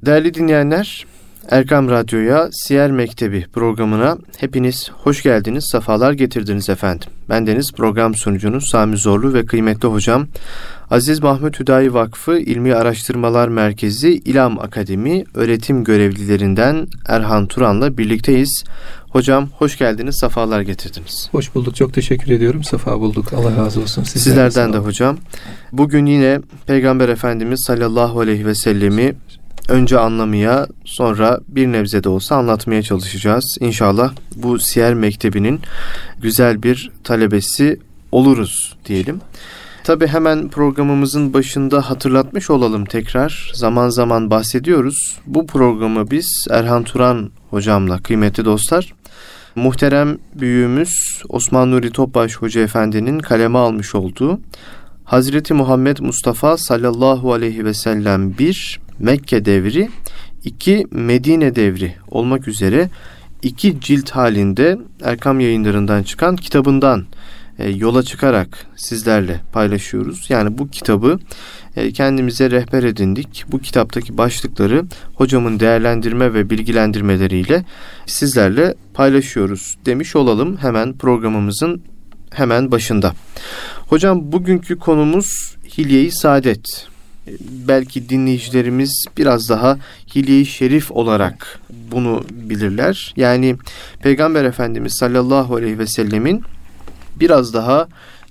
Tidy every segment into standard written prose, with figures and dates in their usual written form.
Değerli dinleyenler, Erkam Radyo'ya Siyer Mektebi programına hepiniz hoş geldiniz, sefalar getirdiniz efendim. Bendeniz program sunucunuz Sami Zorlu ve kıymetli hocam Aziz Mahmut Hüdayi Vakfı İlmi Araştırmalar Merkezi İlham Akademi öğretim görevlilerinden Erhan Turan'la birlikteyiz. Hocam hoş geldiniz, sefalar getirdiniz. Hoş bulduk, çok teşekkür ediyorum. Sefa bulduk. Allah razı olsun. Sizlerden de hocam. Bugün yine Peygamber Efendimiz sallallahu aleyhi ve sellemi önce anlamaya, sonra bir nebze de olsa anlatmaya çalışacağız. İnşallah bu Siyer Mektebi'nin güzel bir talebesi oluruz diyelim. Tabii hemen programımızın başında hatırlatmış olalım tekrar. Zaman zaman bahsediyoruz. Bu programı biz Erhan Turan hocamla, kıymetli dostlar, muhterem büyüğümüz Osman Nuri Topbaş Hoca Efendi'nin kaleme almış olduğu Hazreti Muhammed Mustafa sallallahu aleyhi ve sellem 1 Mekke devri, 2 Medine devri olmak üzere 2 cilt halinde Erkam Yayınları'ndan çıkan kitabından yola çıkarak sizlerle paylaşıyoruz. Yani bu kitabı kendimize rehber edindik. Bu kitaptaki başlıkları hocamın değerlendirme ve bilgilendirmeleriyle sizlerle paylaşıyoruz demiş olalım hemen programımızın hemen başında. Hocam bugünkü konumuz Hilye-i Saadet. Belki dinleyicilerimiz biraz daha Hilye-i Şerif olarak bunu bilirler. Yani Peygamber Efendimiz sallallahu aleyhi ve sellemin biraz daha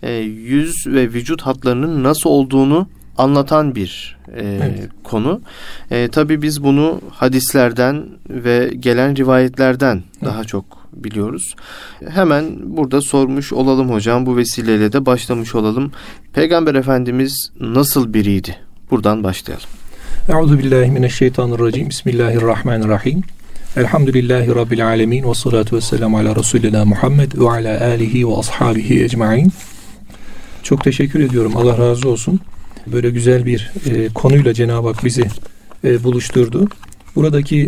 yüz ve vücut hatlarının nasıl olduğunu anlatan bir konu. Tabii biz bunu hadislerden ve gelen rivayetlerden daha çok biliyoruz. Hemen burada sormuş olalım hocam, bu vesileyle de başlamış olalım. Peygamber Efendimiz nasıl biriydi? Buradan başlayalım. Euzubillahimineşşeytanirracim. Bismillahirrahmanirrahim. Elhamdülillahi Rabbil alemin. Ve salatu ve selamu ala Resulina Muhammed ve ala alihi ve ashabihi ecma'in. Çok teşekkür ediyorum. Allah razı olsun. Böyle güzel bir konuyla Cenab-ı Hak bizi buluşturdu. Buradaki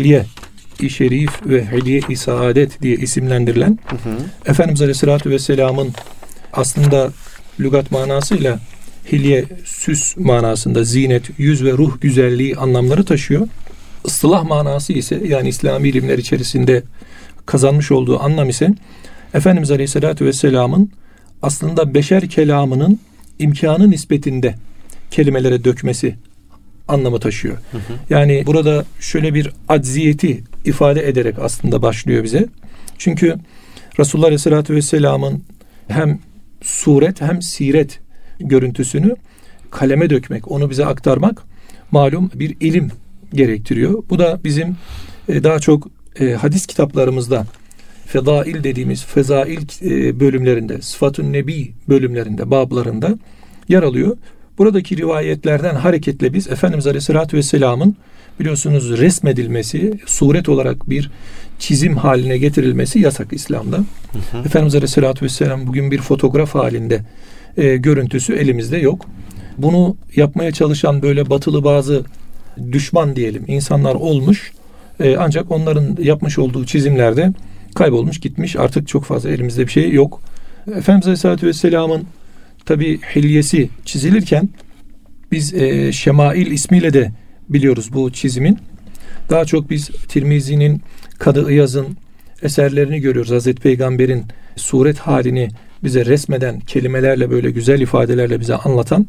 Hilye-i Şerif ve Hilye-i Saadet diye isimlendirilen Efendimiz Aleyhisselatü Vesselam'ın aslında lügat manasıyla hilye, süs manasında zinet, yüz ve ruh güzelliği anlamları taşıyor. Istılah manası ise, yani İslami ilimler içerisinde kazanmış olduğu anlam ise Efendimiz Aleyhisselatü Vesselam'ın aslında beşer kelamının imkanı nispetinde kelimelere dökmesi anlamı taşıyor. Yani burada şöyle bir acziyeti ifade ederek aslında başlıyor bize. Çünkü Resulullah Aleyhisselatü Vesselam'ın hem suret hem siret görüntüsünü kaleme dökmek, onu bize aktarmak malum bir ilim gerektiriyor. Bu da bizim daha çok hadis kitaplarımızda fedail dediğimiz fezail bölümlerinde, sıfatun nebi bölümlerinde, bablarında yer alıyor. Buradaki rivayetlerden hareketle biz Efendimiz Aleyhisselatü Vesselam'ın biliyorsunuz resmedilmesi, suret olarak bir çizim haline getirilmesi yasak İslam'da. Efendimiz Aleyhisselatü Vesselam bugün bir fotoğraf halinde görüntüsü elimizde yok. Bunu yapmaya çalışan böyle batılı bazı düşman diyelim insanlar olmuş. Ancak onların yapmış olduğu çizimlerde kaybolmuş gitmiş. Artık çok fazla elimizde bir şey yok. Efendimiz Aleyhisselatü Vesselam'ın tabi hilyesi çizilirken biz Şemail ismiyle de biliyoruz bu çizimin. Daha çok biz Tirmizi'nin, Kadı İyaz'ın eserlerini görüyoruz. Hazreti Peygamber'in suret halini bize resmeden, kelimelerle böyle güzel ifadelerle bize anlatan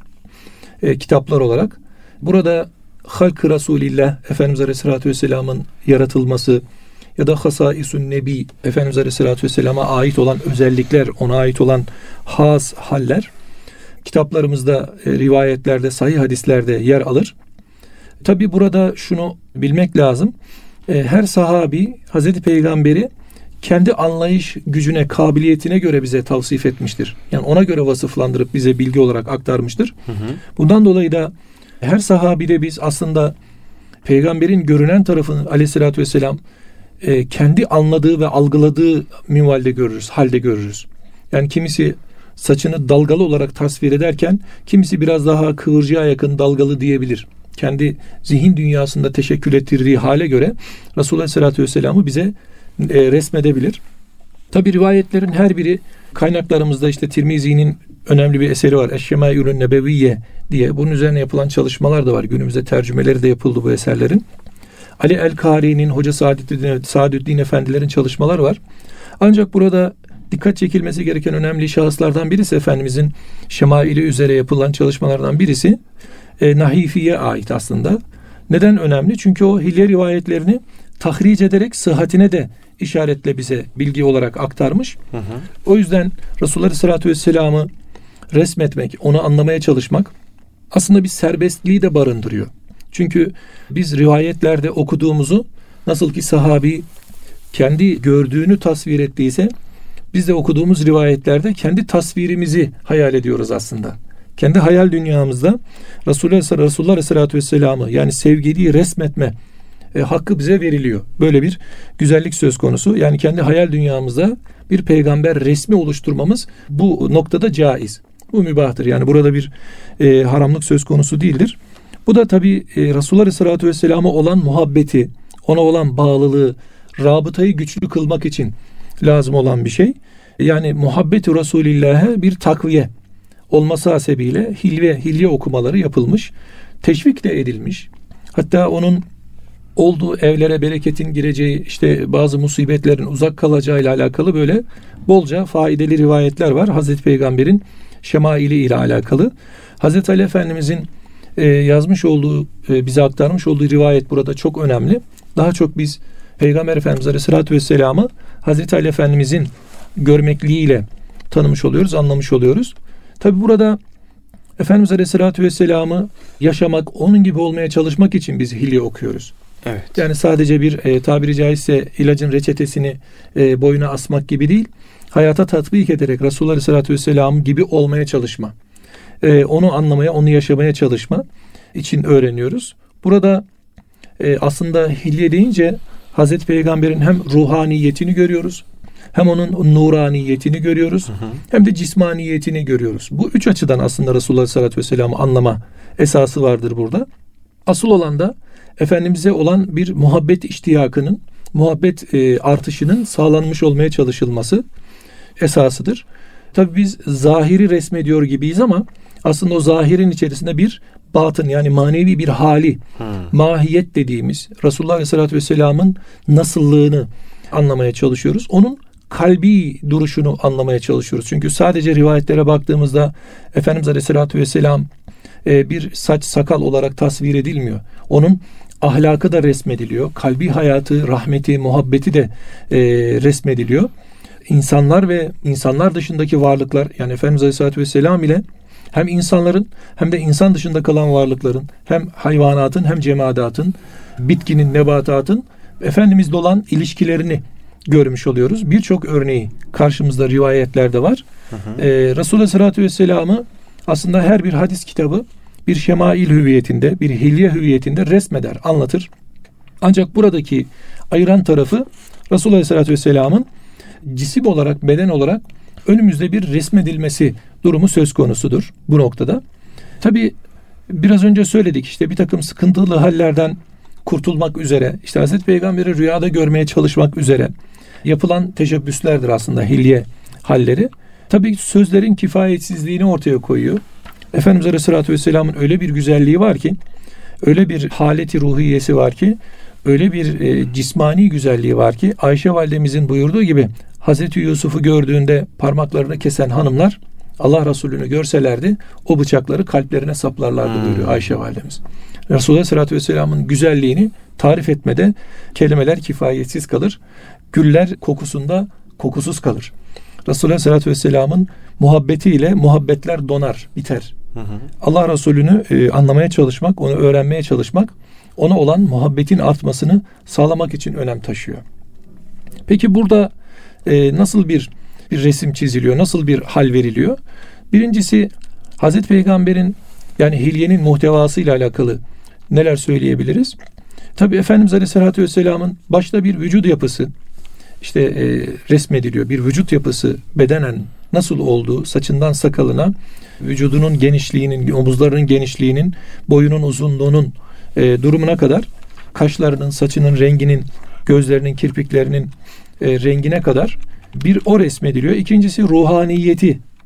kitaplar olarak. Burada Halk-ı Resulillah, Efendimiz Aleyhisselatü Vesselam'ın yaratılması ya da Hasaisun Nebi, Efendimiz Aleyhisselatü Vesselam'a ait olan özellikler, ona ait olan has haller kitaplarımızda, rivayetlerde, sahih hadislerde yer alır. Tabi burada şunu bilmek lazım. Her sahabi Hazreti Peygamber'i kendi anlayış gücüne, kabiliyetine göre bize tavsif etmiştir. Yani ona göre vasıflandırıp bize bilgi olarak aktarmıştır. Bundan dolayı da her sahabide biz aslında Peygamber'in görünen tarafını Aleyhisselatü Vesselam kendi anladığı ve algıladığı minvalde görürüz, halde görürüz. Yani kimisi saçını dalgalı olarak tasvir ederken kimisi biraz daha kıvırcığa yakın dalgalı diyebilir. Kendi zihin dünyasında teşekkül ettirdiği hale göre Resulullah Aleyhisselatü Vesselam'ı bize resmedebilir. Tabi rivayetlerin her biri kaynaklarımızda işte Tirmizi'nin önemli bir eseri var. Eşşemailün Nebeviyye diye. Bunun üzerine yapılan çalışmalar da var. Günümüzde tercümeleri de yapıldı bu eserlerin. Ali el-Kari'nin, Hoca Saadettin Efendilerin çalışmaları var. Ancak burada dikkat çekilmesi gereken önemli şahıslardan birisi Efendimizin şemaili üzere yapılan çalışmalardan birisi Nahifi'ye ait aslında. Neden önemli? Çünkü o hilye rivayetlerini tahric ederek sıhhatine de işaretle bize bilgi olarak aktarmış. O yüzden Resulullah Aleyhisselatü Vesselam'ı resmetmek, onu anlamaya çalışmak aslında bir serbestliği de barındırıyor. Çünkü biz rivayetlerde okuduğumuzu nasıl ki sahabi kendi gördüğünü tasvir ettiyse biz de okuduğumuz rivayetlerde kendi tasvirimizi hayal ediyoruz aslında. Kendi hayal dünyamızda Resulullah Aleyhisselatü Vesselam'ı yani sevgiliyi resmetme hakkı bize veriliyor. Böyle bir güzellik söz konusu. Yani kendi hayal dünyamızda bir peygamber resmi oluşturmamız bu noktada caiz. Bu mübahtır. Yani burada bir haramlık söz konusu değildir. Bu da tabii Resulullah Aleyhisselatü Vesselam'a olan muhabbeti, ona olan bağlılığı, rabıtayı güçlü kılmak için lazım olan bir şey. Yani muhabbeti Resulillah'e bir takviye olması hasebiyle hilye okumaları yapılmış. Teşvik de edilmiş. Hatta onun olduğu evlere bereketin gireceği, işte bazı musibetlerin uzak kalacağıyla alakalı böyle bolca faydalı rivayetler var. Hazreti Peygamber'in şemaili ile alakalı. Hazreti Ali Efendimizin yazmış olduğu, bize aktarmış olduğu rivayet burada çok önemli. Daha çok biz Peygamber Efendimiz Aleyhisselatü Vesselam'ı Hazreti Ali Efendimizin görmekliğiyle tanımış oluyoruz, anlamış oluyoruz. Tabi burada Efendimiz Aleyhisselatü Vesselam'ı yaşamak, onun gibi olmaya çalışmak için biz hilye okuyoruz. Evet. Yani sadece bir tabiri caizse ilacın reçetesini boyuna asmak gibi değil, hayata tatbik ederek Resulullah Aleyhisselatü Vesselam gibi olmaya çalışma. Onu anlamaya, onu yaşamaya çalışma için öğreniyoruz. Burada aslında hilye deyince Hazreti Peygamber'in hem ruhaniyetini görüyoruz, hem onun nuraniyetini görüyoruz, hem de cismaniyetini görüyoruz. Bu üç açıdan aslında Resulullah Aleyhisselatü Vesselam'ı anlama esası vardır burada. Asıl olan da Efendimiz'e olan bir muhabbet iştiyakının, muhabbet artışının sağlanmış olmaya çalışılması esasıdır. Tabii biz zahiri resmediyor gibiyiz ama aslında o zahirin içerisinde bir batın, yani manevi bir hali, mahiyet dediğimiz Resulullah Aleyhisselatü Vesselam'ın nasıllığını anlamaya çalışıyoruz. Onun kalbi duruşunu anlamaya çalışıyoruz. Çünkü sadece rivayetlere baktığımızda Efendimiz Aleyhisselatü Vesselam bir saç sakal olarak tasvir edilmiyor. Onun ahlakı da resmediliyor. Kalbi hayatı, rahmeti, muhabbeti de resmediliyor. İnsanlar ve insanlar dışındaki varlıklar, yani Efendimiz Aleyhisselatü Vesselam ile hem insanların hem de insan dışında kalan varlıkların, hem hayvanatın hem cemaatın, bitkinin, nebatatın Efendimizle olan ilişkilerini görmüş oluyoruz. Birçok örneği karşımızda rivayetlerde var. Resulullah Aleyhisselatü Vesselam'ı aslında her bir hadis kitabı bir şemail hüviyetinde, bir hilye hüviyetinde resmeder, anlatır. Ancak buradaki ayıran tarafı Resulullah Aleyhisselatü Vesselam'ın cisim olarak, beden olarak önümüzde bir resmedilmesi durumu söz konusudur bu noktada. Tabi biraz önce söyledik, işte bir takım sıkıntılı hallerden kurtulmak üzere, işte Hazreti Peygamber'i rüyada görmeye çalışmak üzere yapılan teşebbüslerdir aslında hilye halleri. Tabi sözlerin kifayetsizliğini ortaya koyuyor. Efendimiz Aleyhisselatü Vesselam'ın öyle bir güzelliği var ki, öyle bir haleti ruhiyesi var ki, öyle bir cismani güzelliği var ki, Ayşe validemizin buyurduğu gibi Hazreti Yusuf'u gördüğünde parmaklarını kesen hanımlar Allah Resulü'nü görselerdi o bıçakları kalplerine saplarlardı buyuruyor Ayşe validemiz. Resulullah Aleyhisselatü Vesselam'ın güzelliğini tarif etmede kelimeler kifayetsiz kalır. Güller kokusunda kokusuz kalır. Resulullah Aleyhisselatü Vesselam'ın muhabbetiyle muhabbetler donar, biter. Allah Resulü'nü anlamaya çalışmak, onu öğrenmeye çalışmak, ona olan muhabbetin artmasını sağlamak için önem taşıyor. Peki burada nasıl bir resim çiziliyor, nasıl bir hal veriliyor? Birincisi, Hazreti Peygamber'in, yani hilyenin muhtevası ile alakalı neler söyleyebiliriz? Tabii Efendimiz Aleyhisselatü Vesselam'ın başta bir vücut yapısı işte resmediliyor. Bir vücut yapısı bedenen nasıl olduğu, saçından sakalına, vücudunun genişliğinin, omuzlarının genişliğinin, boyunun uzunluğunun durumuna kadar, kaşlarının, saçının renginin, gözlerinin, kirpiklerinin rengine kadar bir o resmediliyor. İkincisi ruhaniyeti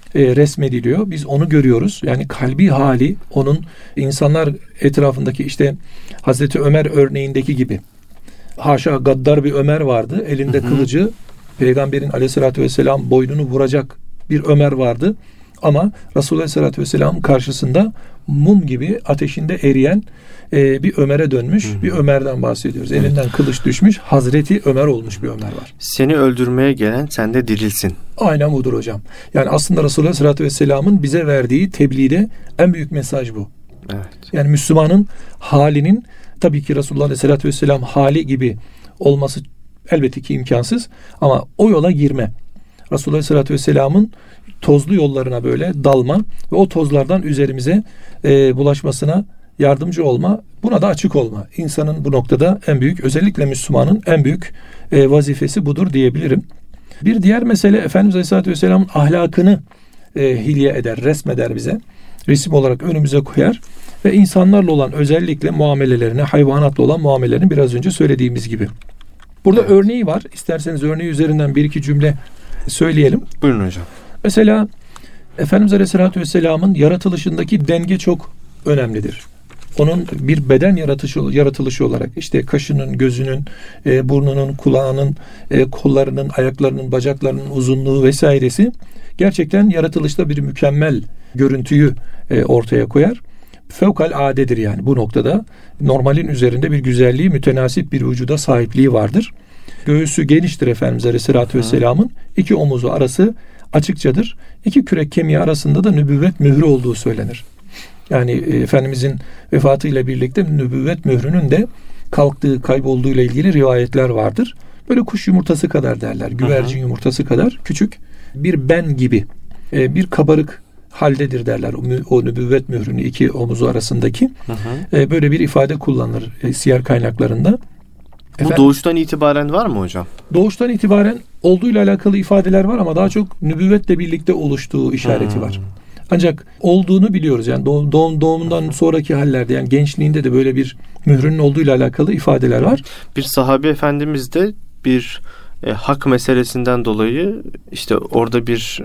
resmediliyor. Biz onu görüyoruz. Yani kalbi hali, onun insanlar etrafındaki işte Hazreti Ömer örneğindeki gibi. Haşa, gaddar bir Ömer vardı. Elinde kılıcı, Peygamberin aleyhissalatü vesselam boynunu vuracak bir Ömer vardı. Ama Resulullah aleyhissalatü vesselam karşısında mum gibi ateşinde eriyen bir Ömer'e dönmüş bir Ömer'den bahsediyoruz. Elinden kılıç düşmüş, Hazreti Ömer olmuş bir Ömer var. Seni öldürmeye gelen sen de dirilsin. Aynen budur hocam. Yani aslında Resulullah aleyhissalatü vesselamın bize verdiği tebliğde en büyük mesaj bu. Evet. Yani Müslümanın halinin tabii ki Resulullah aleyhissalatü vesselam hali gibi olması elbette ki imkansız ama o yola girme. Resulullah aleyhissalatü vesselamın tozlu yollarına böyle dalma ve o tozlardan üzerimize bulaşmasına yardımcı olma, buna da açık olma. İnsanın bu noktada en büyük, özellikle Müslümanın en büyük vazifesi budur diyebilirim. Bir diğer mesele Efendimiz Aleyhisselatü Vesselam'ın ahlakını hilye eder, resmeder bize. Resim olarak önümüze koyar ve insanlarla olan özellikle muamelelerini, hayvanatla olan muamelelerini biraz önce söylediğimiz gibi. Burada örneği var. İsterseniz örneği üzerinden bir iki cümle söyleyelim. Buyurun hocam. Mesela Efendimiz Aleyhisselatü Vesselam'ın yaratılışındaki denge çok önemlidir. Onun bir beden yaratılışı olarak işte kaşının, gözünün, burnunun, kulağının, kollarının, ayaklarının, bacaklarının uzunluğu vesairesi gerçekten yaratılışta bir mükemmel görüntüyü ortaya koyar. Fevkaladedir yani bu noktada. Normalin üzerinde bir güzelliği, mütenasip bir vücuda sahipliği vardır. Göğüsü geniştir Efendimiz Aleyhisselatü Vesselam'ın. İki omuzu arası açıkçadır. İki kürek kemiği arasında da nübüvvet mührü olduğu söylenir. Yani Efendimizin vefatıyla birlikte nübüvvet mührünün de kalktığı, kaybolduğu ile ilgili rivayetler vardır. Böyle kuş yumurtası kadar derler. Güvercin yumurtası kadar küçük bir ben gibi bir kabarık haldedir derler. O nübüvvet mührünün iki omuzu arasındaki böyle bir ifade kullanılır siyer kaynaklarında. Bu doğuştan itibaren var mı hocam? Doğuştan itibaren olduğuyla alakalı ifadeler var ama daha çok nübüvvetle birlikte oluştuğu işareti var. Ancak olduğunu biliyoruz. Yani doğumundan sonraki hallerde, yani gençliğinde de böyle bir mührünün olduğuyla alakalı ifadeler var. Bir sahabe efendimiz de bir hak meselesinden dolayı işte orada bir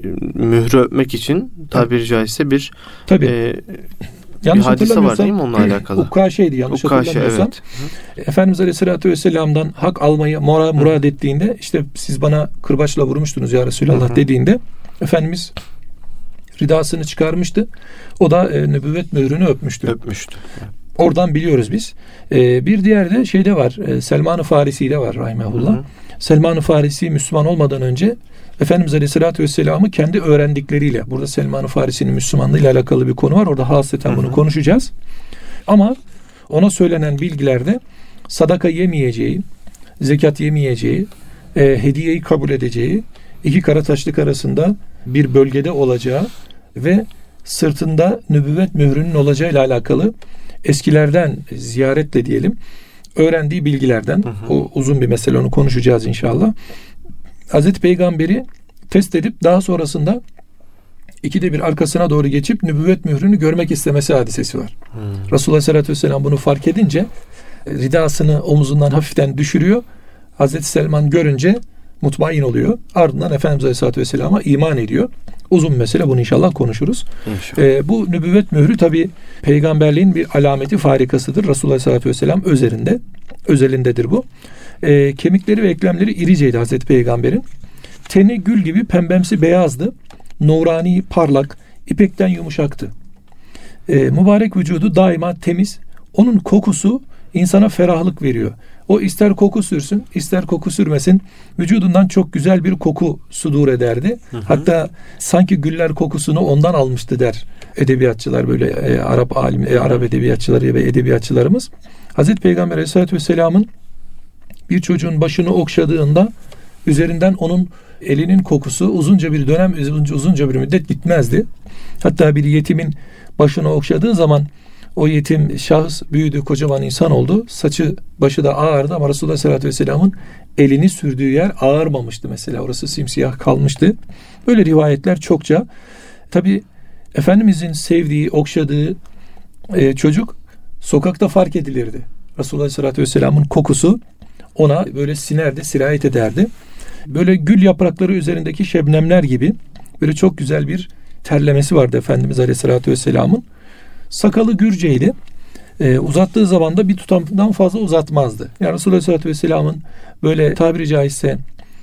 mührü öpmek için tabiri caizse bir yanlış bir hadise var değil mi onunla alakalı? Ukkaşe'ydi yanlış hatırlamıyorsam. Evet. Efendimiz Aleyhisselatü Vesselam'dan hak almayı murad ettiğinde işte siz bana kırbaçla vurmuştunuz ya Resulallah dediğinde Efendimiz ridasını çıkarmıştı. O da nübüvvet mührünü öpmüştü. Oradan biliyoruz biz. Bir diğer de şeyde var. Selman-ı Farisi'de var rahimehullah. Selman-ı Farisi Müslüman olmadan önce Efendimiz Aleyhisselatü Vesselam'ı kendi öğrendikleriyle, burada Selman-ı Farisi'nin Müslümanlığı ile alakalı bir konu var. Orada hasreten bunu konuşacağız. Ama ona söylenen bilgilerde sadaka yemeyeceği, zekat yemeyeceği, hediyeyi kabul edeceği, iki kara taşlık arasında bir bölgede olacağı ve sırtında nübüvvet mührünün olacağı ile alakalı eskilerden ziyaretle diyelim öğrendiği bilgilerden, o uzun bir mesele, onu konuşacağız inşallah. Hazreti Peygamber'i test edip daha sonrasında ikide bir arkasına doğru geçip nübüvvet mührünü görmek istemesi hadisesi var. Resulullah Aleyhisselatü Vesselam bunu fark edince ridasını omuzundan hafiften düşürüyor. Hazreti Selman görünce mutmain oluyor. Ardından Efendimiz Aleyhisselatü Vesselam'a iman ediyor. Uzun mesele, bunu inşallah konuşuruz. Bu nübüvvet mührü tabi peygamberliğin bir alameti farikasıdır. Resulullah Aleyhisselatü Vesselam özelindedir bu. Kemikleri ve eklemleri iriceydi Hazreti Peygamber'in. Teni gül gibi pembemsi beyazdı. Nurani, parlak, ipekten yumuşaktı. Mübarek vücudu daima temiz. Onun kokusu insana ferahlık veriyor. O ister koku sürsün, ister koku sürmesin, vücudundan çok güzel bir koku sudur ederdi. Hatta sanki güller kokusunu ondan almıştı der edebiyatçılar, böyle Arap edebiyatçıları ve edebiyatçılarımız. Hazreti Peygamber Aleyhisselatü Vesselam'ın bir çocuğun başını okşadığında üzerinden onun elinin kokusu uzunca bir müddet gitmezdi. Hatta bir yetimin başını okşadığı zaman o yetim şahıs büyüdü, kocaman insan oldu. Saçı, başı da ağardı ama Resulullah Aleyhisselatü Vesselam'ın elini sürdüğü yer ağarmamıştı mesela. Orası simsiyah kalmıştı. Böyle rivayetler çokça. Tabi Efendimizin sevdiği, okşadığı çocuk sokakta fark edilirdi. Resulullah Aleyhisselatü Vesselam'ın kokusu ona böyle sinerdi, sirayet ederdi. Böyle gül yaprakları üzerindeki şebnemler gibi Böyle çok güzel bir terlemesi vardı Efendimiz Aleyhisselatü Vesselam'ın. Sakalı gürceydi. Uzattığı zaman da bir tutamdan fazla uzatmazdı. Yani Resulullah Aleyhisselatü Vesselam'ın böyle tabiri caizse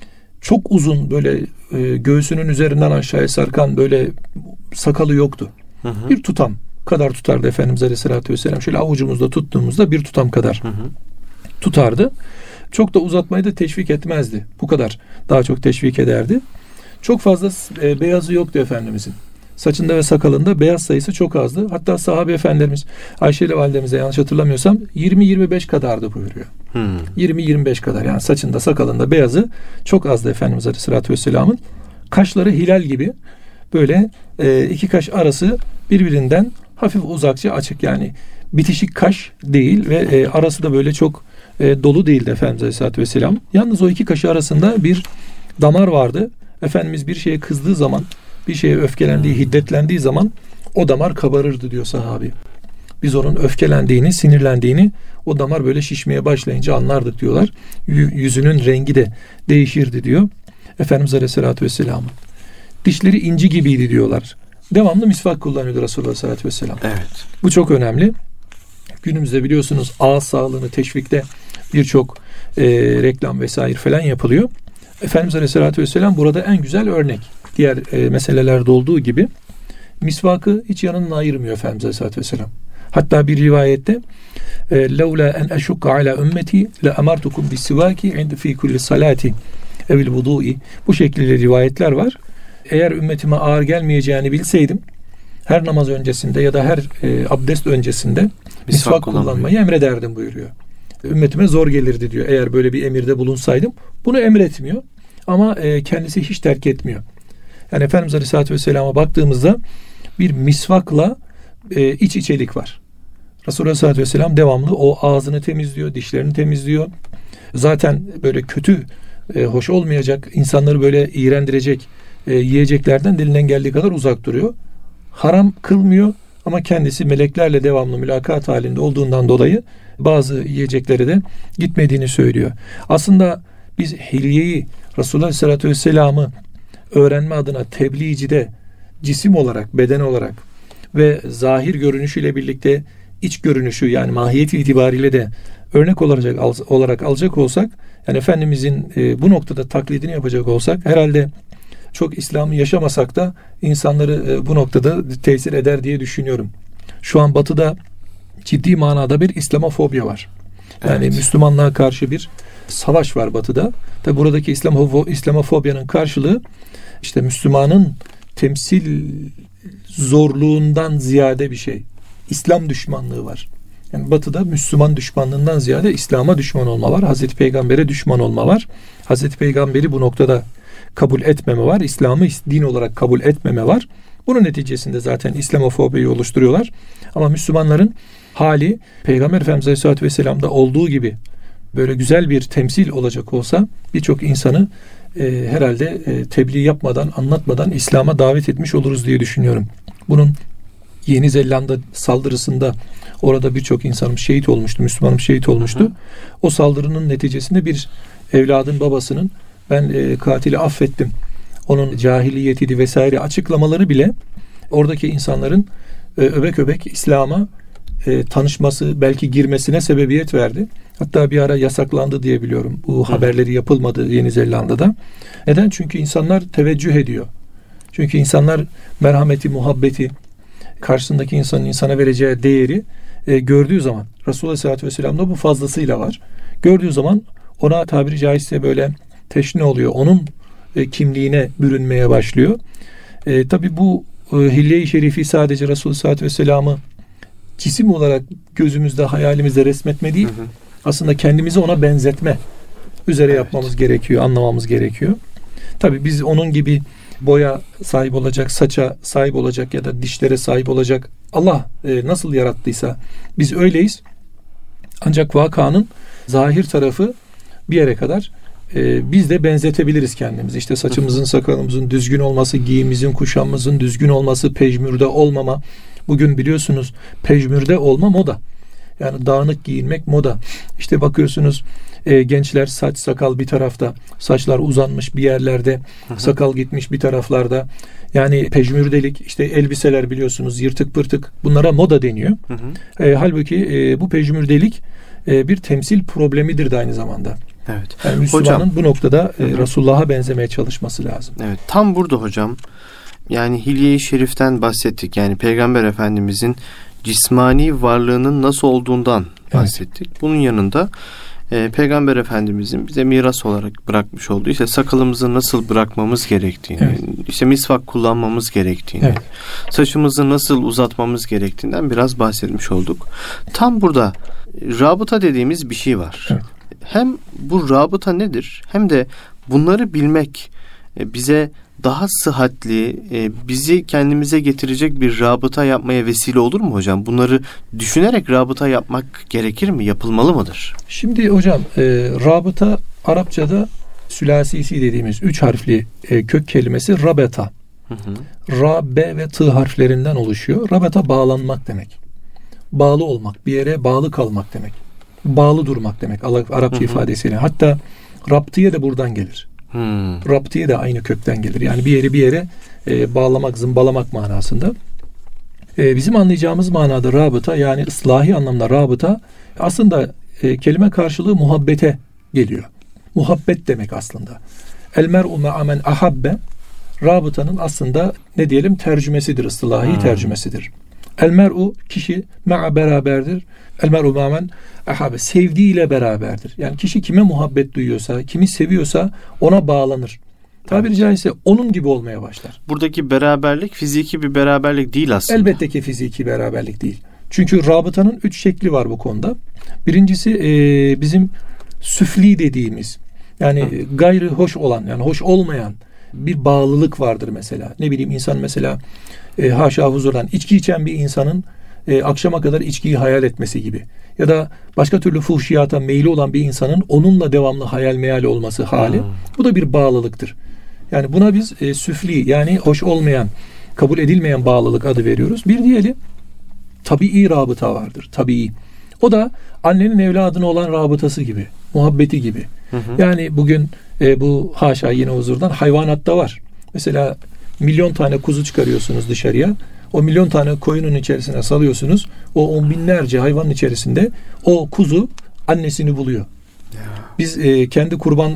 çok uzun böyle göğsünün üzerinden aşağıya sarkan böyle sakalı yoktu. Bir tutam kadar tutardı Efendimiz Aleyhisselatü Vesselam. Şöyle avucumuzda tuttuğumuzda bir tutam kadar tutardı. Çok da uzatmayı da teşvik etmezdi. Bu kadar daha çok teşvik ederdi. Çok fazla beyazı yoktu Efendimizin. Saçında ve sakalında beyaz sayısı çok azdı. Hatta sahabe efendilerimiz Ayşe ile validemize yanlış hatırlamıyorsam 20-25 kadardı buyuruyor. 20-25 kadar yani saçında sakalında beyazı çok azdı Efendimiz Aleyhisselatü Vesselam'ın. Kaşları hilal gibi böyle iki kaş arası birbirinden hafif uzakça açık yani bitişik kaş değil ve arası da böyle çok dolu değildi Efendimiz Aleyhisselatü Vesselam. Yalnız o iki kaşı arasında bir damar vardı. Efendimiz bir şeye kızdığı zaman, bir şeye öfkelendiği, hiddetlendiği zaman o damar kabarırdı diyor sahabi. Biz onun öfkelendiğini, sinirlendiğini o damar böyle şişmeye başlayınca anlardık diyorlar. Yüzünün rengi de değişirdi diyor Efendimiz Aleyhisselatü Vesselam'ın. Dişleri inci gibiydi diyorlar. Devamlı misvak kullanıyordu Resulullah Aleyhisselatü Vesselam. Evet. Bu çok önemli. Günümüzde biliyorsunuz ağız sağlığını teşvikte birçok reklam vesaire falan yapılıyor. Efendimiz Aleyhisselatü Vesselam burada en güzel örnek. Diğer meselelerde olduğu gibi misvakı hiç yanından ayırmıyor Efendimiz Aleyhisselatü Vesselam. Hatta bir rivayette لَوْلَا اَنْ اَشُقَّ عَلَى اُمَّتِي لَاَمَرْتُكُمْ بِالسِّوَاكِ عِنْدَ ف۪ي كُلِّ صَلَاتِ اَوِ الْوُضُوءِ Bu şekilde rivayetler var. Eğer ümmetime ağır gelmeyeceğini bilseydim her namaz öncesinde ya da her abdest öncesinde misvak kullanmayı emrederdim buyuruyor. Ümmetime zor gelirdi diyor. Eğer böyle bir emirde bulunsaydım. Bunu emretmiyor ama kendisi hiç terk etmiyor. Yani Efendimiz Aleyhisselatü Vesselam'a baktığımızda bir misvakla iç içelik var. Resulullah Aleyhisselatü Vesselam devamlı o ağzını temizliyor, dişlerini temizliyor. Zaten böyle kötü, hoş olmayacak, insanları böyle iğrendirecek yiyeceklerden dilinden geldiği kadar uzak duruyor. Haram kılmıyor ama kendisi meleklerle devamlı mülakat halinde olduğundan dolayı bazı yiyeceklere de gitmediğini söylüyor. Aslında biz hilyeyi Resulullah Aleyhisselatü Vesselam'ı öğrenme adına tebliğcide cisim olarak, beden olarak ve zahir görünüşüyle birlikte iç görünüşü yani mahiyeti itibariyle de örnek olarak alacak olsak yani Efendimizin bu noktada taklidini yapacak olsak herhalde çok İslam'ı yaşamasak da insanları bu noktada tesir eder diye düşünüyorum. Şu an Batı'da ciddi manada bir İslamofobya var. Yani evet. Müslümanlığa karşı bir savaş var Batı'da. Tabi buradaki İslamofobyanın karşılığı işte Müslümanın temsil zorluğundan ziyade bir şey. İslam düşmanlığı var. Yani Batı'da Müslüman düşmanlığından ziyade İslam'a düşman olma var. Hazreti Peygamber'e düşman olma var. Hazreti Peygamber'i bu noktada kabul etmeme var. İslam'ı din olarak kabul etmeme var. Bunun neticesinde zaten İslamofobiyi oluşturuyorlar. Ama Müslümanların hali Peygamber Efendimiz Aleyhisselatü Vesselam'da olduğu gibi böyle güzel bir temsil olacak olsa birçok insanı herhalde tebliğ yapmadan, anlatmadan İslam'a davet etmiş oluruz diye düşünüyorum. Bunun Yeni Zelanda saldırısında orada birçok insanım şehit olmuştu, Müslümanım şehit olmuştu. O saldırının neticesinde bir evladın babasının ben katili affettim, onun cahiliyetiydi vesaire açıklamaları bile oradaki insanların öbek öbek İslam'a tanışması, belki girmesine sebebiyet verdi. Hatta bir ara yasaklandı diye biliyorum. Bu haberleri yapılmadı Yeni Zelanda'da. Neden? Çünkü insanlar teveccüh ediyor. Çünkü insanlar merhameti, muhabbeti, karşısındaki insanın insana vereceği değeri gördüğü zaman, Resulullah Aleyhisselatü Vesselam'da bu fazlasıyla var. Gördüğü zaman ona tabiri caizse böyle teşne oluyor. Onun kimliğine bürünmeye başlıyor. Tabi bu hilye-i şerifi sadece Resulullah Aleyhisselatü Vesselam'ı cisim olarak gözümüzde, hayalimizde resmetme değil, aslında kendimizi ona benzetme üzere yapmamız gerekiyor, anlamamız gerekiyor. Tabii biz onun gibi boya sahip olacak, saça sahip olacak ya da dişlere sahip olacak Allah nasıl yarattıysa biz öyleyiz. Ancak vakanın zahir tarafı bir yere kadar biz de benzetebiliriz kendimizi. İşte saçımızın, sakalımızın düzgün olması, giyimimizin, kuşamımızın düzgün olması, pejmürde olmama. Bugün biliyorsunuz pejmürde olma moda. Yani dağınık giyinmek moda. İşte bakıyorsunuz gençler saç sakal bir tarafta, saçlar uzanmış bir yerlerde, sakal gitmiş bir taraflarda. Yani pejmürdelik, işte elbiseler biliyorsunuz yırtık pırtık, bunlara moda deniyor. Halbuki bu pejmürdelik bir temsil problemidir de aynı zamanda. Evet. Yani Müslümanın bu noktada Resulullah'a benzemeye çalışması lazım. Evet, tam burada hocam. Yani Hilye-i Şerif'ten bahsettik. Yani Peygamber Efendimizin cismani varlığının nasıl olduğundan bahsettik. Evet. Bunun yanında Peygamber Efendimizin bize miras olarak bırakmış olduğu işte sakalımızı nasıl bırakmamız gerektiğini, işte misvak kullanmamız gerektiğini, saçımızı nasıl uzatmamız gerektiğinden biraz bahsetmiş olduk. Tam burada rabıta dediğimiz bir şey var. Evet. Hem bu rabıta nedir hem de bunları bilmek bize daha sıhhatli, bizi kendimize getirecek bir rabıta yapmaya vesile olur mu hocam? Bunları düşünerek rabıta yapmak gerekir mi? Yapılmalı mıdır? Şimdi hocam rabıta Arapçada sülasisi dediğimiz 3 harfli kök kelimesi rabeta. Ra, be ve tı harflerinden oluşuyor. Rabeta bağlanmak demek. Bağlı olmak, bir yere bağlı kalmak demek. Bağlı durmak demek Arapça ifadesiyle. Hatta raptiye de buradan gelir. Raptiye de aynı kökten gelir. Yani bir yeri bir yere bağlamak, zımbalamak manasında. Bizim anlayacağımız manada rabıta, yani ıslahi anlamda rabıta aslında kelime karşılığı muhabbete geliyor. Muhabbet demek aslında. El mer'u ma'a men ahabbe, rabıtanın aslında ne diyelim tercümesidir, ıslahi tercümesidir. El mer'u kişi ma'a beraberdir. El mer'u ma'a men ahabbe, sevdiğiyle beraberdir. Yani kişi kime muhabbet duyuyorsa, kimi seviyorsa ona bağlanır. Tabiri caizse onun gibi olmaya başlar. Buradaki beraberlik fiziki bir beraberlik değil aslında. Elbette ki fiziki beraberlik değil. Çünkü rabıtanın 3 şekli var bu konuda. Birincisi bizim süfli dediğimiz, yani gayrı hoş olan, yani hoş olmayan bir bağlılık vardır mesela. Ne bileyim, insan mesela haşa huzurdan içki içen bir insanın akşama kadar içkiyi hayal etmesi gibi. Ya da başka türlü fuhşiyata meyli olan bir insanın onunla devamlı hayal meyal olması hali. Bu da bir bağlılıktır. Yani buna biz süfli, yani hoş olmayan, kabul edilmeyen bağlılık adı veriyoruz. Bir diğeri tabii rabıta vardır. Tabii. O da annenin evladına olan rabıtası gibi, muhabbeti gibi. Yani bugün bu haşa yine huzurdan hayvanatta var. Mesela milyon tane kuzu çıkarıyorsunuz dışarıya. O milyon tane koyunun içerisine salıyorsunuz. O on binlerce hayvanın içerisinde o kuzu annesini buluyor. Biz kendi kurban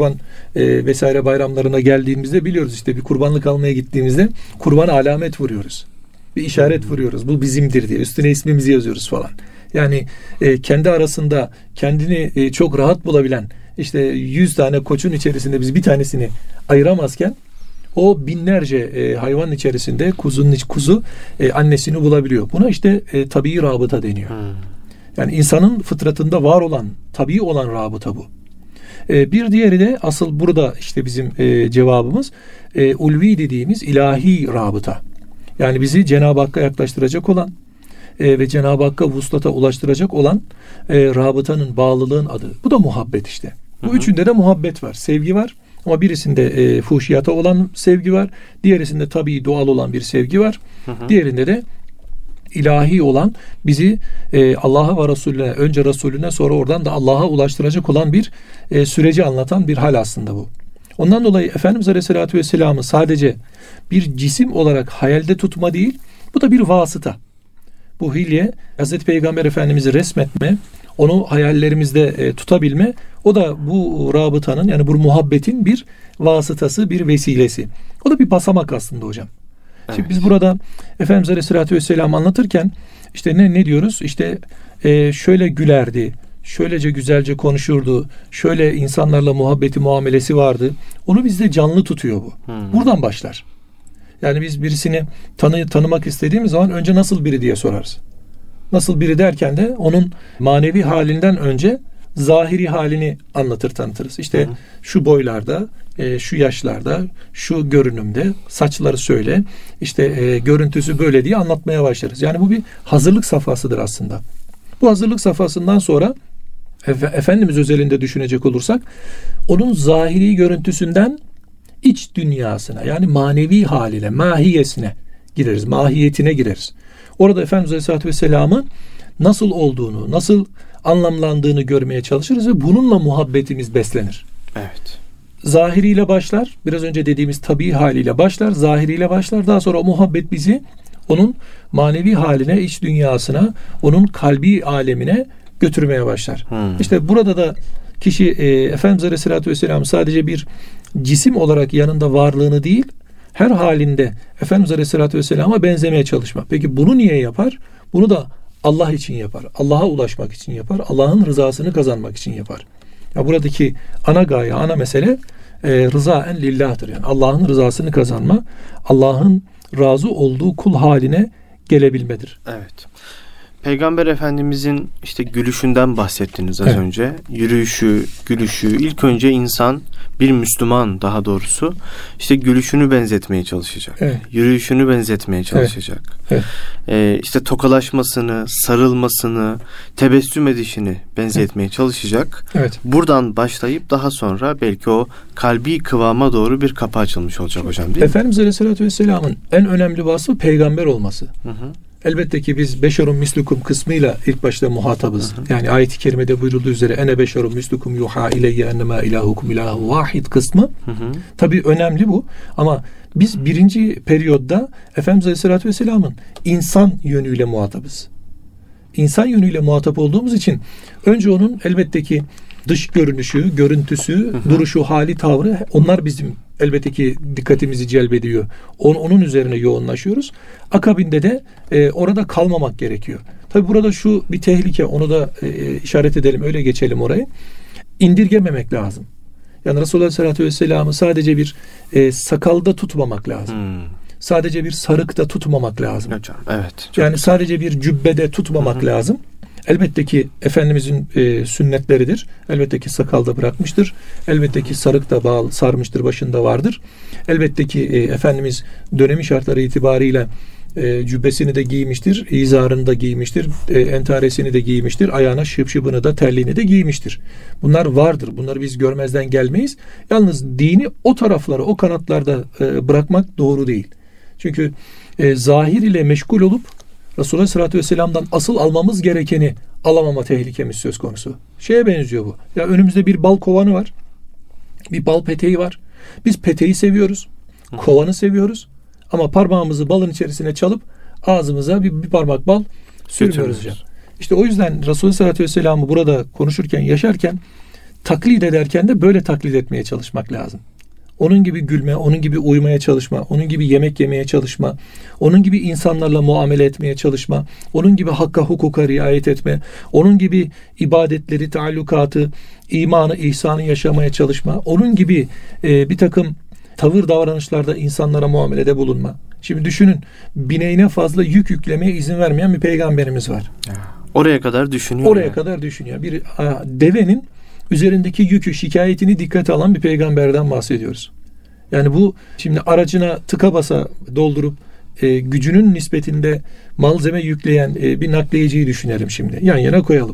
vesaire bayramlarına geldiğimizde biliyoruz, işte bir kurbanlık almaya gittiğimizde kurbana alamet vuruyoruz. Bir işaret vuruyoruz. Bu bizimdir diye. Üstüne ismimizi yazıyoruz falan. Yani kendi arasında kendini çok rahat bulabilen, işte 100 tane koçun içerisinde biz bir tanesini ayıramazken o binlerce hayvanın içerisinde kuzu annesini bulabiliyor. Buna işte tabii rabıta deniyor. Yani insanın fıtratında var olan, tabii olan rabıta bu. Bir diğeri de asıl burada işte bizim cevabımız ulvi dediğimiz ilahi rabıta. Yani bizi Cenab-ı Hakk'a yaklaştıracak olan ve Cenab-ı Hakk'a vuslata ulaştıracak olan rabıtanın, bağlılığın adı. Bu da muhabbet işte. Bu üçünde de muhabbet var, sevgi var. Ama birisinde fuhşiyata olan sevgi var. Diğerisinde tabii doğal olan bir sevgi var. Diğerinde de ilahi olan, bizi Allah'a ve Resulüne, önce Resulüne sonra oradan da Allah'a ulaştıracak olan bir süreci anlatan bir hal aslında bu. Ondan dolayı Efendimiz Aleyhisselatü Vesselam'ı sadece bir cisim olarak hayalde tutma değil, bu da bir vasıta. Bu hilye, Hazreti Peygamber Efendimiz'i resmetme, onu hayallerimizde tutabilme, o da bu rabıtanın, yani bu muhabbetin bir vasıtası, bir vesilesi. O da bir basamak aslında hocam. Evet. Şimdi biz burada Efendimiz Aleyhisselatü Vesselam anlatırken işte ne diyoruz? İşte şöyle gülerdi, şöylece güzelce konuşurdu, şöyle insanlarla muhabbeti, muamelesi vardı. Onu bizde canlı tutuyor bu. Buradan başlar. Yani biz birisini tanımak istediğimiz zaman önce nasıl biri diye sorarız. Nasıl biri derken de onun manevi halinden önce zahiri halini tanıtırız. İşte şu boylarda, şu yaşlarda, şu görünümde, saçları şöyle, işte görüntüsü böyle diye anlatmaya başlarız. Yani bu bir hazırlık safhasıdır aslında. Bu hazırlık safhasından sonra Efendimiz özelinde düşünecek olursak onun zahiri görüntüsünden iç dünyasına, yani manevi haline, mahiyesine gireriz, mahiyetine gireriz. Orada Efendimiz Aleyhisselatü Vesselam'ı nasıl olduğunu, nasıl anlamlandığını görmeye çalışırız ve bununla muhabbetimiz beslenir. Evet. Zahiriyle başlar. Biraz önce dediğimiz tabii haliyle başlar. Zahiriyle başlar. Daha sonra o muhabbet bizi onun manevi haline, iç dünyasına, onun kalbi alemine götürmeye başlar. İşte burada da kişi Efendimiz Aleyhisselatü Vesselam sadece bir cisim olarak yanında varlığını değil, her halinde Efendimiz Aleyhisselatü Vesselam'a benzemeye çalışmak. Peki bunu niye yapar? Bunu da Allah için yapar. Allah'a ulaşmak için yapar. Allah'ın rızasını kazanmak için yapar. Ya buradaki ana gaye, ana mesele rızaen lillah'tır. Yani Allah'ın rızasını kazanma, Allah'ın razı olduğu kul haline gelebilmedir. Evet. Peygamber Efendimizin işte gülüşünden bahsettiniz az önce. Yürüyüşü, gülüşü. İlk önce insan, bir Müslüman daha doğrusu işte gülüşünü benzetmeye çalışacak. Evet. Yürüyüşünü benzetmeye çalışacak. Evet. İşte tokalaşmasını, sarılmasını, tebessüm edişini benzetmeye çalışacak. Evet. Buradan başlayıp daha sonra belki o kalbi kıvama doğru bir kapı açılmış olacak hocam, değil mi? Efendimiz Aleyhisselatü Vesselam'ın en önemli vasfı peygamber olması. Elbette ki biz beşerun mislukum kısmıyla ilk başta muhatabız. Yani ayet-i kerimede buyurulduğu üzere ene beşerun mislukum yuha ileyye ennema ilahukum ilahu vahid kısmı. Tabii önemli bu. Ama biz birinci periyodda Efendimiz Aleyhisselatü Vesselam'ın insan yönüyle muhatabız. İnsan yönüyle muhatap olduğumuz için önce onun elbette ki dış görünüşü, görüntüsü, duruşu, hali, tavrı, onlar bizim elbette ki dikkatimizi celbediyor. Onun üzerine yoğunlaşıyoruz. Akabinde de orada kalmamak gerekiyor. Tabi burada şu bir tehlike, onu da işaret edelim, öyle geçelim orayı. İndirgememek lazım. Yani Resulullah Aleyhisselatü Vesselam'ı sadece bir sakalda tutmamak lazım. Sadece bir sarıkta tutmamak lazım. Hocam, evet. Yani sadece bir cübbede tutmamak lazım. Elbette ki Efendimizin sünnetleridir. Elbette ki sakalda bırakmıştır. Elbette ki sarık da sarmıştır, başında vardır. Elbette ki Efendimiz dönemi şartları itibariyle cübbesini de giymiştir, izarını da giymiştir, entaresini de giymiştir, ayağına şıpşıbını da, terliğini de giymiştir. Bunlar vardır. Bunları biz görmezden gelmeyiz. Yalnız dini o taraflara, o kanatlarda bırakmak doğru değil. Çünkü zahir ile meşgul olup Resulullah Aleyhisselatü Vesselam'dan asıl almamız gerekeni alamama tehlikemiz söz konusu. Şeye benziyor bu. Ya önümüzde bir bal kovanı var. Bir bal peteği var. Biz peteği seviyoruz. Kovanı seviyoruz. Ama parmağımızı balın içerisine çalıp ağzımıza bir parmak bal sürmüyoruz hocam. İşte o yüzden Resulullah Aleyhisselatü Vesselam'ı burada konuşurken, yaşarken, taklit ederken de böyle taklit etmeye çalışmak lazım. Onun gibi gülme, onun gibi uymaya çalışma, onun gibi yemek yemeye çalışma, onun gibi insanlarla muamele etmeye çalışma, onun gibi hakka hukuka riayet etme, onun gibi ibadetleri, taallukatı, imanı, ihsanı yaşamaya çalışma, onun gibi bir takım tavır davranışlarda insanlara muamelede bulunma. Şimdi düşünün, bineğine fazla yük yüklemeye izin vermeyen bir peygamberimiz var. Oraya kadar düşünüyor. Oraya kadar düşünüyor. Bir devenin üzerindeki yükü, şikayetini dikkate alan bir peygamberden bahsediyoruz. Yani bu şimdi aracına tıka basa doldurup gücünün nispetinde malzeme yükleyen bir nakliyeciyi düşünelim şimdi. Yan yana koyalım.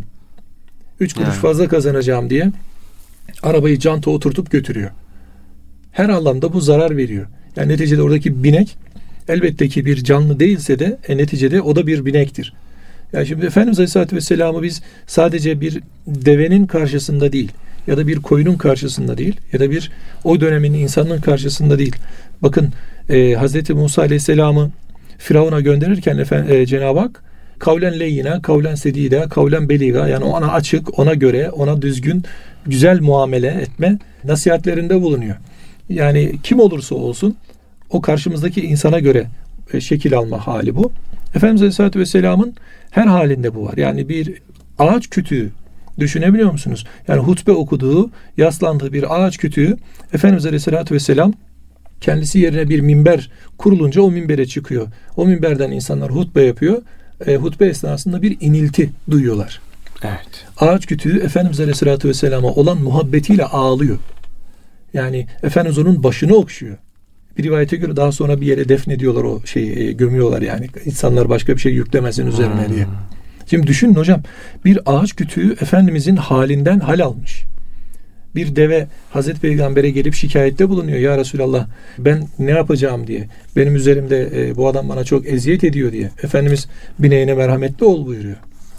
3 kuruş fazla kazanacağım diye arabayı canta oturtup götürüyor. Her alanda bu zarar veriyor. Yani neticede oradaki binek elbette ki bir canlı değilse de neticede o da bir binektir. Yani şimdi Efendimiz Aleyhisselatü Vesselam'ı biz sadece bir devenin karşısında değil ya da bir koyunun karşısında değil ya da bir o dönemin insanının karşısında değil. Bakın Hazreti Musa Aleyhisselam'ı Firavun'a gönderirken Cenab-ı Hak kavlen leyyina, kavlen sedida, kavlen beliga, yani ona açık, ona göre, ona düzgün, güzel muamele etme nasihatlerinde bulunuyor. Yani kim olursa olsun o karşımızdaki insana göre şekil alma hali bu. Efendimiz Aleyhisselatü Vesselam'ın her halinde bu var. Yani bir ağaç kütüğü düşünebiliyor musunuz? Yani hutbe okuduğu, yaslandığı bir ağaç kütüğü, Efendimiz Aleyhisselatü Vesselam kendisi yerine bir minber kurulunca o minbere çıkıyor. O minberden insanlar hutbe yapıyor. Hutbe esnasında bir inilti duyuyorlar. Evet. Ağaç kütüğü Efendimiz Aleyhisselatü Vesselam'a olan muhabbetiyle ağlıyor. Yani Efendimiz onun başını okşuyor. Bir rivayete göre daha sonra bir yere defnediyorlar, o şeyi gömüyorlar yani. İnsanlar başka bir şey yüklemesin üzerine diye. Şimdi düşünün hocam, bir ağaç kütüğü Efendimizin halinden hal almış. Bir deve Hazreti Peygamber'e gelip şikayette bulunuyor. Ya Resulallah, ben ne yapacağım diye. Benim üzerimde bu adam bana çok eziyet ediyor diye. Efendimiz bineğine merhametli ol buyuruyor.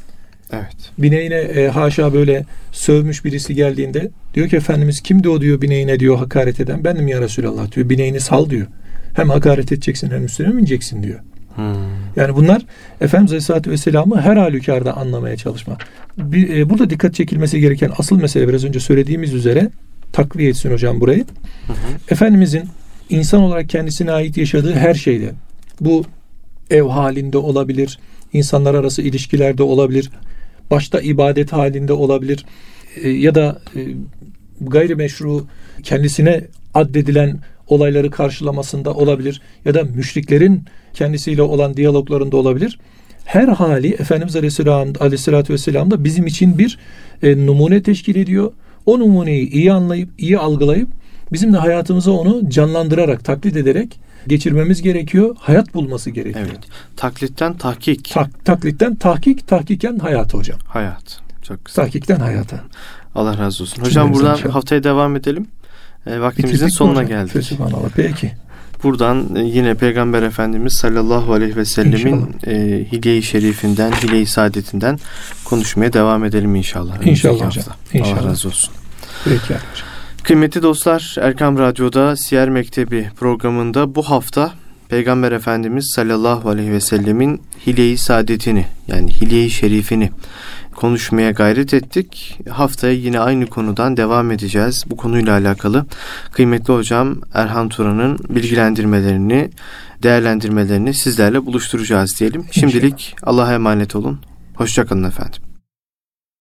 Evet. Bineğine haşa böyle sövmüş birisi geldiğinde diyor ki Efendimiz kimdi o diyor bineğine diyor hakaret eden. Bendim ya Resulallah diyor. Bineğini sal diyor. Hem hakaret edeceksin hem üstüne bineceksin diyor. Yani bunlar Efendimiz Aleyhisselatü Vesselam'ı her halükarda anlamaya çalışma. Burada dikkat çekilmesi gereken asıl mesele biraz önce söylediğimiz üzere takviye etsin hocam burayı. Efendimizin insan olarak kendisine ait yaşadığı her şeyde, bu ev halinde olabilir, insanlar arası ilişkilerde olabilir, başta ibadet halinde olabilir ya da gayrimeşru kendisine addedilen olayları karşılamasında olabilir ya da müşriklerin kendisiyle olan diyaloglarında olabilir. Her hali Efendimiz Aleyhisselatü Vesselam da bizim için bir numune teşkil ediyor. O numuneyi iyi anlayıp, iyi algılayıp bizim de hayatımıza onu canlandırarak, taklit ederek geçirmemiz gerekiyor. Hayat bulması gerekiyor. Evet. Taklitten tahkik. Taklitten tahkik, tahkiken hayata hocam. Hayat. Çok güzel. Tahkikten hayata. Allah razı olsun. Hocam buradan haftaya devam edelim. Vaktimizin sonuna geldik. Sübhanallah. Peki. Buradan yine Peygamber Efendimiz sallallahu aleyhi ve sellemin hile-i şerifinden, hile-i saadetinden konuşmaya devam edelim inşallah. İnşallah hocam. İnşallah. Allah razı olsun. Peki hocam. Kıymetli dostlar, Erkam Radyo'da Siyer Mektebi programında bu hafta Peygamber Efendimiz sallallahu aleyhi ve sellemin hile-i saadetini, yani hile-i şerifini konuşmaya gayret ettik. Haftaya yine aynı konudan devam edeceğiz. Bu konuyla alakalı kıymetli hocam Erhan Turan'ın bilgilendirmelerini, değerlendirmelerini sizlerle buluşturacağız diyelim. Şimdilik Allah'a emanet olun. Hoşça kalın efendim.